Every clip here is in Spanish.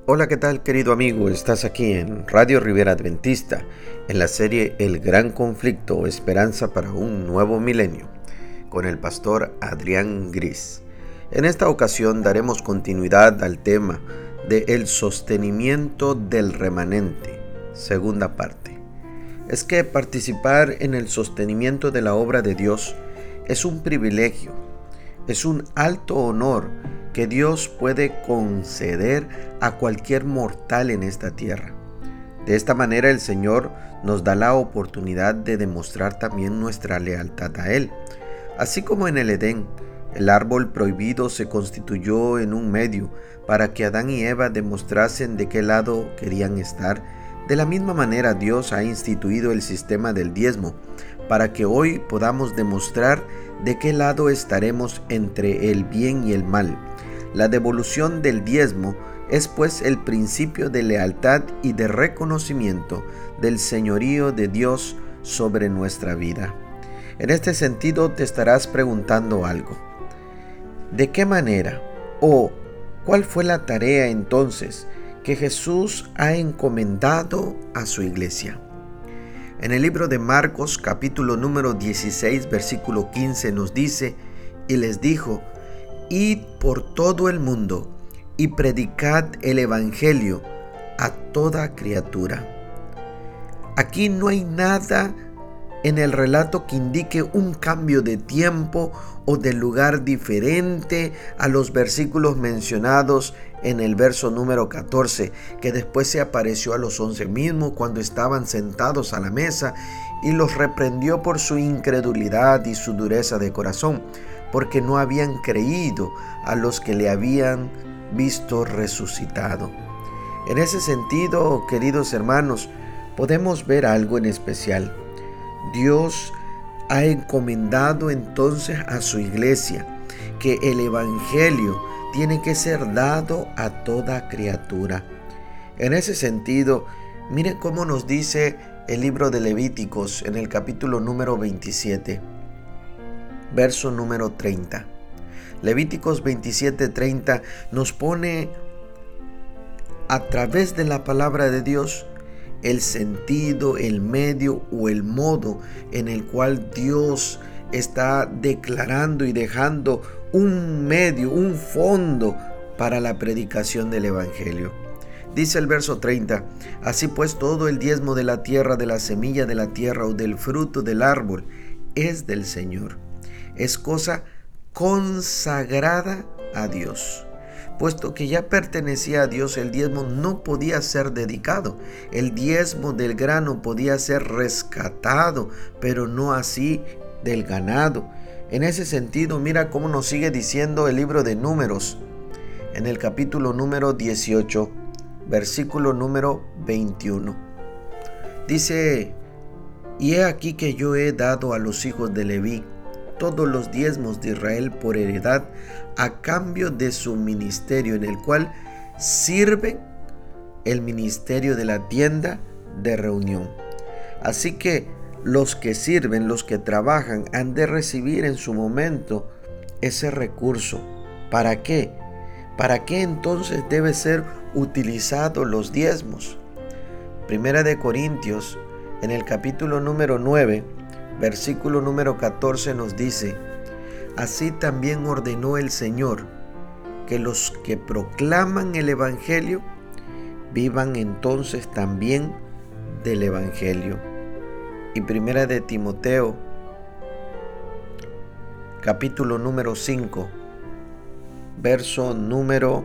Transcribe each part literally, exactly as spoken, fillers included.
Hola, ¿qué tal, querido amigo? Estás aquí en Radio Rivera Adventista, en la serie El Gran Conflicto o Esperanza para un Nuevo Milenio, con el pastor Adrián Gris. En esta ocasión daremos continuidad al tema de El sostenimiento del remanente, segunda parte. Es que participar en el sostenimiento de la obra de Dios es un privilegio, es un alto honor que Dios puede conceder a cualquier mortal en esta tierra. De esta manera el Señor nos da la oportunidad de demostrar también nuestra lealtad a Él. Así como en el Edén, el árbol prohibido se constituyó en un medio para que Adán y Eva demostrasen de qué lado querían estar. De la misma manera Dios ha instituido el sistema del diezmo para que hoy podamos demostrar de qué lado estaremos entre el bien y el mal. La devolución del diezmo es pues el principio de lealtad y de reconocimiento del señorío de Dios sobre nuestra vida. En este sentido te estarás preguntando algo. ¿De qué manera o cuál fue la tarea entonces que Jesús ha encomendado a su iglesia? En el libro de Marcos, capítulo número dieciséis, versículo quince, nos dice: y les dijo: id por todo el mundo y predicad el evangelio a toda criatura. Aquí no hay nada en el relato que indique un cambio de tiempo o de lugar diferente a los versículos mencionados en el verso número catorce, que después se apareció a los once mismos cuando estaban sentados a la mesa y los reprendió por su incredulidad y su dureza de corazón, porque no habían creído a los que le habían visto resucitado. En ese sentido, queridos hermanos, podemos ver algo en especial. Dios ha encomendado entonces a su iglesia que el evangelio tiene que ser dado a toda criatura. En ese sentido, miren cómo nos dice el libro de Levíticos en el capítulo número veintisiete, verso número treinta. Levíticos veintisiete, treinta nos pone a través de la palabra de Dios el sentido, el medio o el modo en el cual Dios está declarando y dejando un medio, un fondo para la predicación del evangelio. Dice el verso treinta: así pues todo el diezmo de la tierra, de la semilla de la tierra o del fruto del árbol es del Señor. Es cosa consagrada a Dios. Puesto que ya pertenecía a Dios, el diezmo no podía ser dedicado. El diezmo del grano podía ser rescatado, pero no así del ganado. En ese sentido, mira cómo nos sigue diciendo el libro de Números, en el capítulo número dieciocho, versículo número veintiuno. Dice: y he aquí que yo he dado a los hijos de Leví todos los diezmos de Israel por heredad, a cambio de su ministerio, en el cual sirve el ministerio de la tienda de reunión. Así que los que sirven, los que trabajan, han de recibir en su momento ese recurso. ¿Para qué? ¿Para qué entonces debe ser utilizado los diezmos? Primera de Corintios, en el capítulo número nueve, versículo número catorce nos dice: así también ordenó el Señor que los que proclaman el evangelio vivan entonces también del evangelio. Y primera de Timoteo, capítulo número cinco, verso número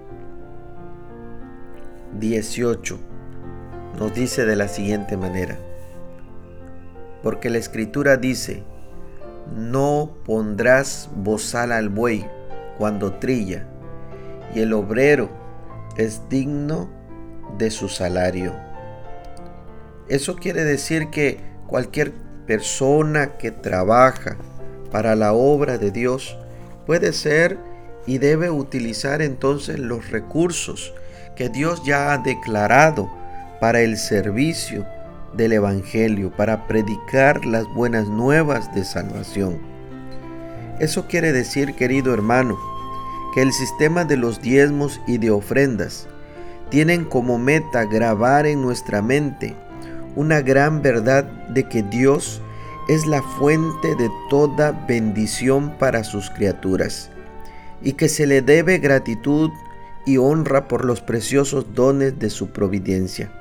dieciocho, nos dice de la siguiente manera: porque la escritura dice: no pondrás bozal al buey cuando trilla, y el obrero es digno de su salario. Eso quiere decir que cualquier persona que trabaja para la obra de Dios puede ser y debe utilizar entonces los recursos que Dios ya ha declarado para el servicio del evangelio, para predicar las buenas nuevas de salvación. Eso quiere decir, querido hermano, que el sistema de los diezmos y de ofrendas tienen como meta grabar en nuestra mente una gran verdad de que Dios es la fuente de toda bendición para sus criaturas y que se le debe gratitud y honra por los preciosos dones de su providencia.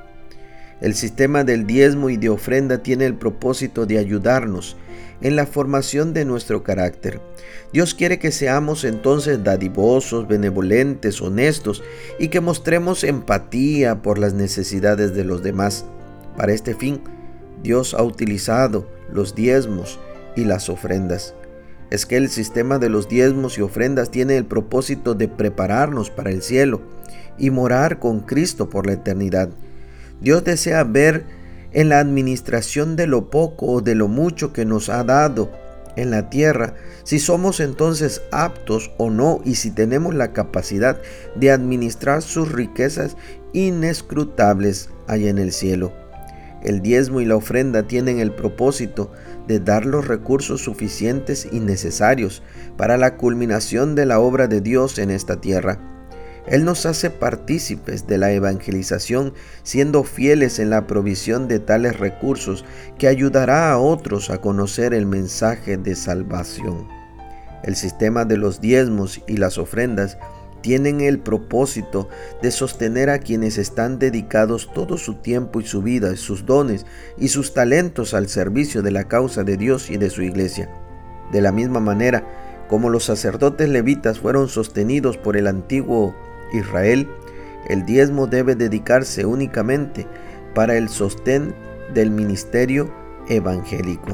El sistema del diezmo y de ofrenda tiene el propósito de ayudarnos en la formación de nuestro carácter. Dios quiere que seamos entonces dadivosos, benevolentes, honestos y que mostremos empatía por las necesidades de los demás. Para este fin, Dios ha utilizado los diezmos y las ofrendas. Es que el sistema de los diezmos y ofrendas tiene el propósito de prepararnos para el cielo y morar con Cristo por la eternidad. Dios desea ver en la administración de lo poco o de lo mucho que nos ha dado en la tierra, si somos entonces aptos o no y si tenemos la capacidad de administrar sus riquezas inescrutables allá en el cielo. El diezmo y la ofrenda tienen el propósito de dar los recursos suficientes y necesarios para la culminación de la obra de Dios en esta tierra. Él nos hace partícipes de la evangelización, siendo fieles en la provisión de tales recursos que ayudará a otros a conocer el mensaje de salvación. El sistema de los diezmos y las ofrendas tienen el propósito de sostener a quienes están dedicados todo su tiempo y su vida, sus dones y sus talentos al servicio de la causa de Dios y de su iglesia. De la misma manera como los sacerdotes levitas fueron sostenidos por el antiguo Israel, el diezmo debe dedicarse únicamente para el sostén del ministerio evangélico.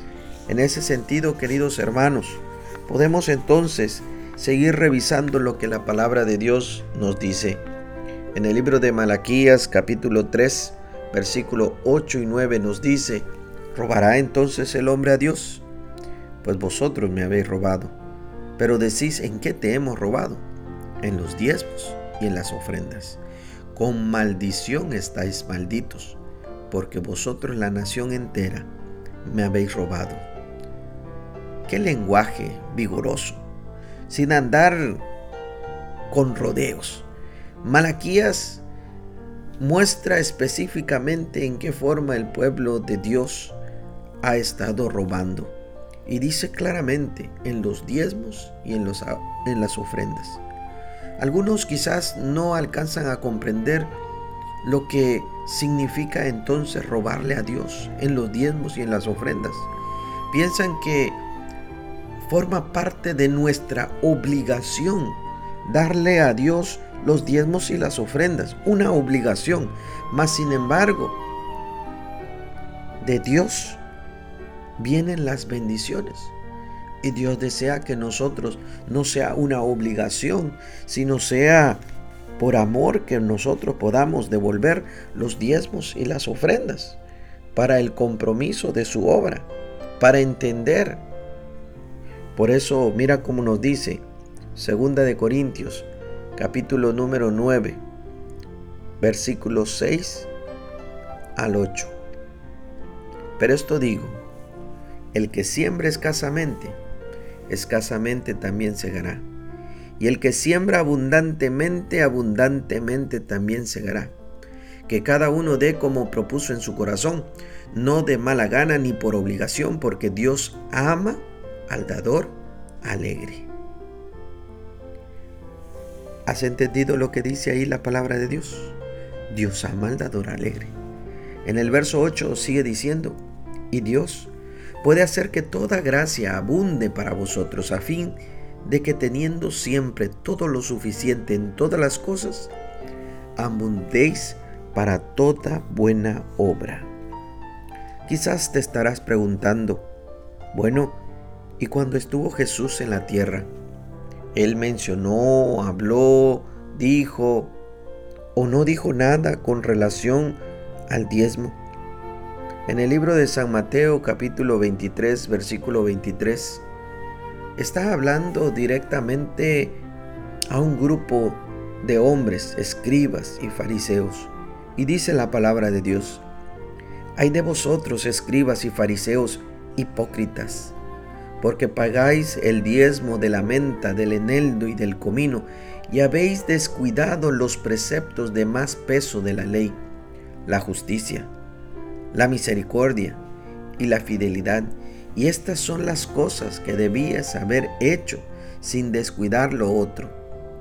En ese sentido, queridos hermanos, podemos entonces seguir revisando lo que la palabra de Dios nos dice. En el libro de Malaquías, capítulo tres, versículo ocho y nueve nos dice: ¿robará entonces el hombre a Dios? Pues vosotros me habéis robado. Pero decís: ¿en qué te hemos robado? En los diezmos y en las ofrendas. Con maldición estáis malditos, porque vosotros, la nación entera, me habéis robado. Qué lenguaje vigoroso, sin andar con rodeos. Malaquías muestra específicamente en qué forma el pueblo de Dios ha estado robando. Y dice claramente: en los diezmos y en, los, en las ofrendas. Algunos quizás no alcanzan a comprender lo que significa entonces robarle a Dios en los diezmos y en las ofrendas. Piensan que forma parte de nuestra obligación darle a Dios los diezmos y las ofrendas, una obligación. Mas sin embargo, de Dios vienen las bendiciones. Y Dios desea que nosotros no sea una obligación, sino sea por amor que nosotros podamos devolver los diezmos y las ofrendas para el compromiso de su obra, para entender. Por eso mira cómo nos dice Segunda de Corintios, capítulo número nueve, versículos seis al ocho. Pero esto digo: el que siembra escasamente, escasamente también segará. Y el que siembra abundantemente, abundantemente también segará. Que cada uno dé como propuso en su corazón, no de mala gana ni por obligación, porque Dios ama al dador alegre. ¿Has entendido lo que dice ahí la palabra de Dios? Dios ama al dador alegre. En el verso ocho sigue diciendo: y Dios puede hacer que toda gracia abunde para vosotros, a fin de que, teniendo siempre todo lo suficiente en todas las cosas, abundéis para toda buena obra. Quizás te estarás preguntando: bueno, ¿y cuando estuvo Jesús en la tierra? Él mencionó, habló, dijo o no dijo nada con relación al diezmo. En el libro de San Mateo, capítulo veintitrés, versículo veintitrés, está hablando directamente a un grupo de hombres, escribas y fariseos. Y dice la palabra de Dios: ay de vosotros, escribas y fariseos hipócritas, porque pagáis el diezmo de la menta, del eneldo y del comino, y habéis descuidado los preceptos de más peso de la ley, la justicia, la misericordia y la fidelidad. Y estas son las cosas que debías haber hecho sin descuidar lo otro.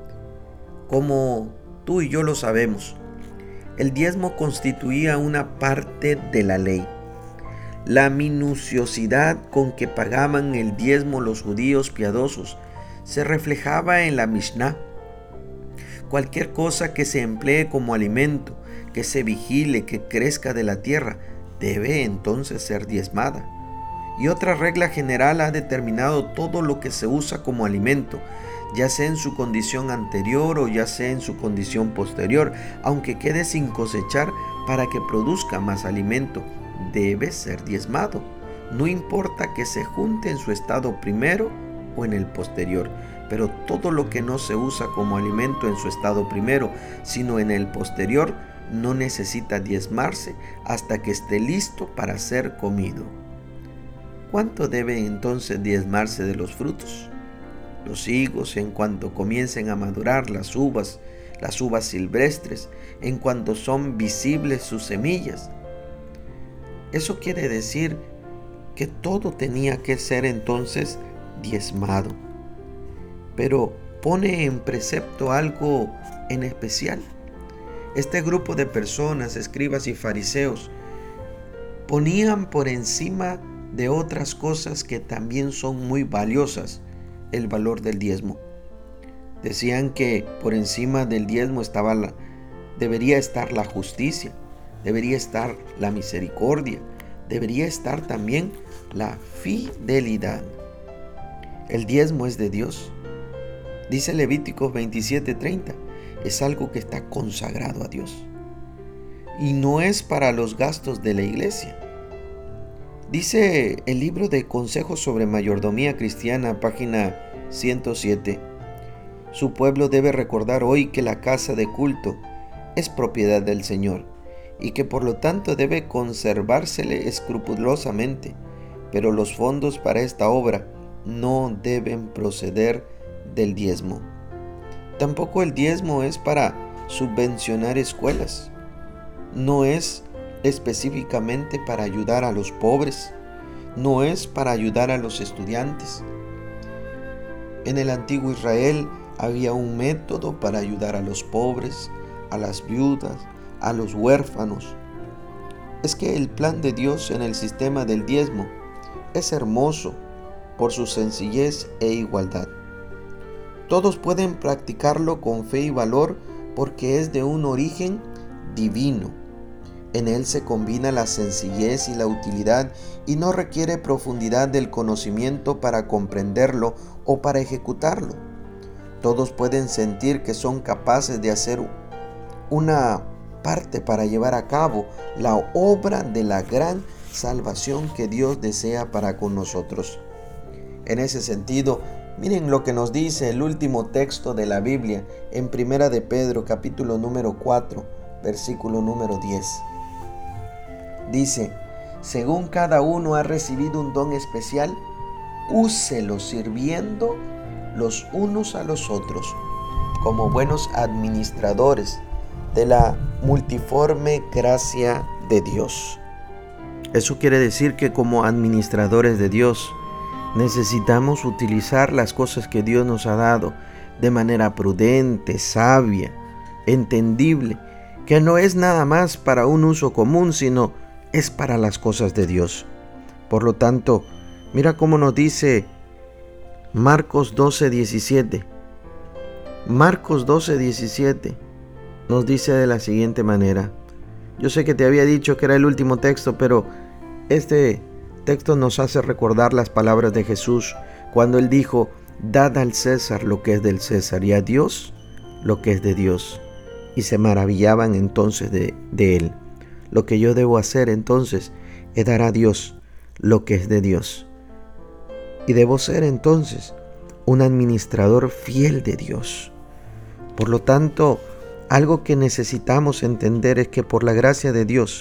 Como tú y yo lo sabemos, el diezmo constituía una parte de la ley. La minuciosidad con que pagaban el diezmo los judíos piadosos se reflejaba en la Mishnah. Cualquier cosa que se emplee como alimento, que se vigile, que crezca de la tierra, debe entonces ser diezmada. Y otra regla general ha determinado todo lo que se usa como alimento, ya sea en su condición anterior o ya sea en su condición posterior, aunque quede sin cosechar para que produzca más alimento, debe ser diezmado. No importa que se junte en su estado primero o en el posterior, pero todo lo que no se usa como alimento en su estado primero, sino en el posterior, no necesita diezmarse hasta que esté listo para ser comido. ¿Cuánto debe entonces diezmarse de los frutos? Los higos en cuanto comiencen a madurar, las uvas, las uvas silvestres, en cuanto son visibles sus semillas. Eso quiere decir que todo tenía que ser entonces diezmado. Pero pone en precepto algo en especial. Este grupo de personas, escribas y fariseos, ponían por encima de otras cosas que también son muy valiosas el valor del diezmo. Decían que por encima del diezmo estaba la, debería estar la justicia, debería estar la misericordia, debería estar también la fidelidad. El diezmo es de Dios. Dice Levíticos veintisiete treinta, es algo que está consagrado a Dios y no es para los gastos de la iglesia. Dice el libro de Consejos sobre Mayordomía Cristiana, página ciento siete, su pueblo debe recordar hoy que la casa de culto es propiedad del Señor y que por lo tanto debe conservársele escrupulosamente, pero los fondos para esta obra no deben proceder del diezmo. Tampoco el diezmo es para subvencionar escuelas, no es específicamente para ayudar a los pobres, no es para ayudar a los estudiantes. En el antiguo Israel había un método para ayudar a los pobres, a las viudas, a los huérfanos. Es que el plan de Dios en el sistema del diezmo es hermoso por su sencillez e igualdad. Todos pueden practicarlo con fe y valor porque es de un origen divino. En él se combina la sencillez y la utilidad y no requiere profundidad del conocimiento para comprenderlo o para ejecutarlo. Todos pueden sentir que son capaces de hacer una parte para llevar a cabo la obra de la gran salvación que Dios desea para con nosotros. En ese sentido, miren lo que nos dice el último texto de la Biblia en Primera de Pedro, capítulo número cuatro, versículo número diez. Dice, según cada uno ha recibido un don especial, úselo sirviendo los unos a los otros, como buenos administradores de la multiforme gracia de Dios. Eso quiere decir que como administradores de Dios, necesitamos utilizar las cosas que Dios nos ha dado de manera prudente, sabia, entendible, que no es nada más para un uso común, sino es para las cosas de Dios. Por lo tanto, mira cómo nos dice Marcos doce diecisiete. Marcos doce diecisiete nos dice de la siguiente manera. Yo sé que te había dicho que era el último texto, pero este texto nos hace recordar las palabras de Jesús cuando Él dijo, dad al César lo que es del César y a Dios lo que es de Dios. Y se maravillaban entonces de, de Él. Lo que yo debo hacer entonces es dar a Dios lo que es de Dios. Y debo ser entonces un administrador fiel de Dios. Por lo tanto, algo que necesitamos entender es que por la gracia de Dios,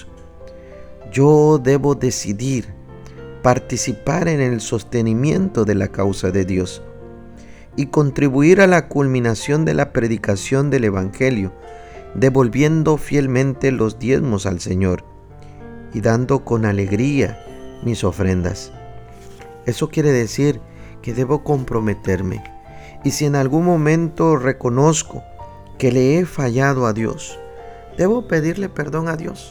yo debo decidir participar en el sostenimiento de la causa de Dios. y contribuir a la culminación de la predicación del Evangelio, devolviendo fielmente los diezmos al Señor y dando con alegría mis ofrendas. Eso quiere decir que debo comprometerme, y si en algún momento reconozco que le he fallado a Dios, debo pedirle perdón a Dios.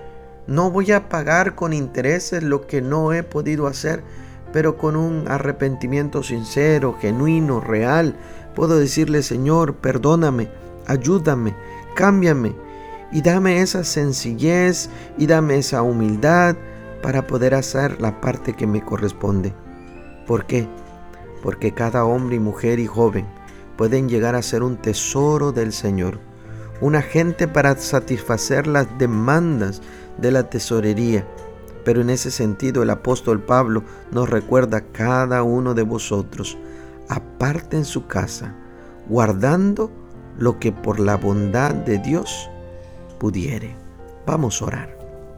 No voy a pagar con intereses lo que no he podido hacer, pero con un arrepentimiento sincero, genuino, real, puedo decirle: Señor, perdóname, ayúdame, cámbiame, y dame esa sencillez y dame esa humildad para poder hacer la parte que me corresponde. ¿Por qué? Porque cada hombre y mujer y joven pueden llegar a ser un tesoro del Señor, un agente para satisfacer las demandas de la tesorería. Pero en ese sentido el apóstol Pablo nos recuerda a cada uno de vosotros: aparten su casa, guardando lo que por la bondad de Dios pudiere. Vamos a orar.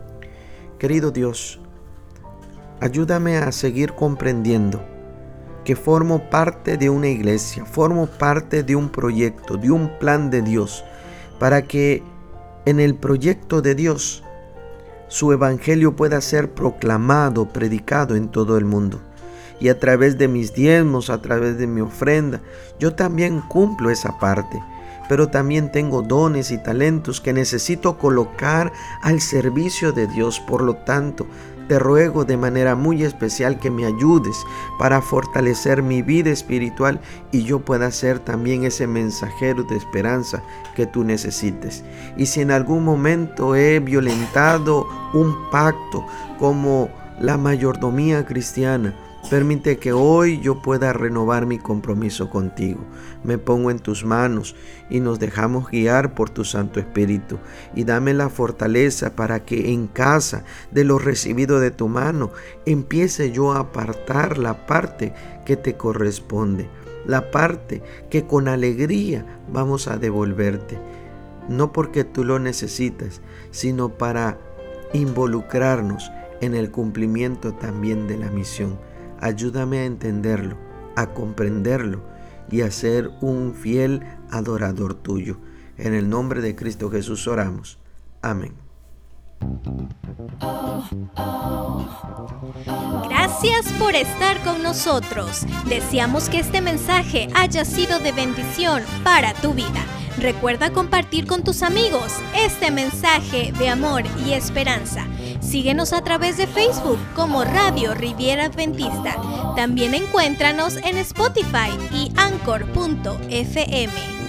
Querido Dios, ayúdame a seguir comprendiendo que formo parte de una iglesia, formo parte de un proyecto, de un plan de Dios, para que en el proyecto de Dios su evangelio pueda ser proclamado, predicado en todo el mundo. Y a través de mis diezmos, a través de mi ofrenda, yo también cumplo esa parte. Pero también tengo dones y talentos que necesito colocar al servicio de Dios. Por lo tanto, te ruego de manera muy especial que me ayudes para fortalecer mi vida espiritual y yo pueda ser también ese mensajero de esperanza que tú necesites. Y si en algún momento he violentado un pacto como la mayordomía cristiana, permite que hoy yo pueda renovar mi compromiso contigo. Me pongo en tus manos y nos dejamos guiar por tu Santo Espíritu. Y dame la fortaleza para que en casa de lo recibido de tu mano empiece yo a apartar la parte que te corresponde, la parte que con alegría vamos a devolverte. No porque tú lo necesitas, sino para involucrarnos en el cumplimiento también de la misión. Ayúdame a entenderlo, a comprenderlo y a ser un fiel adorador tuyo. En el nombre de Cristo Jesús oramos. Amén. Gracias por estar con nosotros. Deseamos que este mensaje haya sido de bendición para tu vida. Recuerda compartir con tus amigos este mensaje de amor y esperanza. Síguenos a través de Facebook como Radio Riviera Adventista. También encuéntranos en Spotify y Anchor punto F M.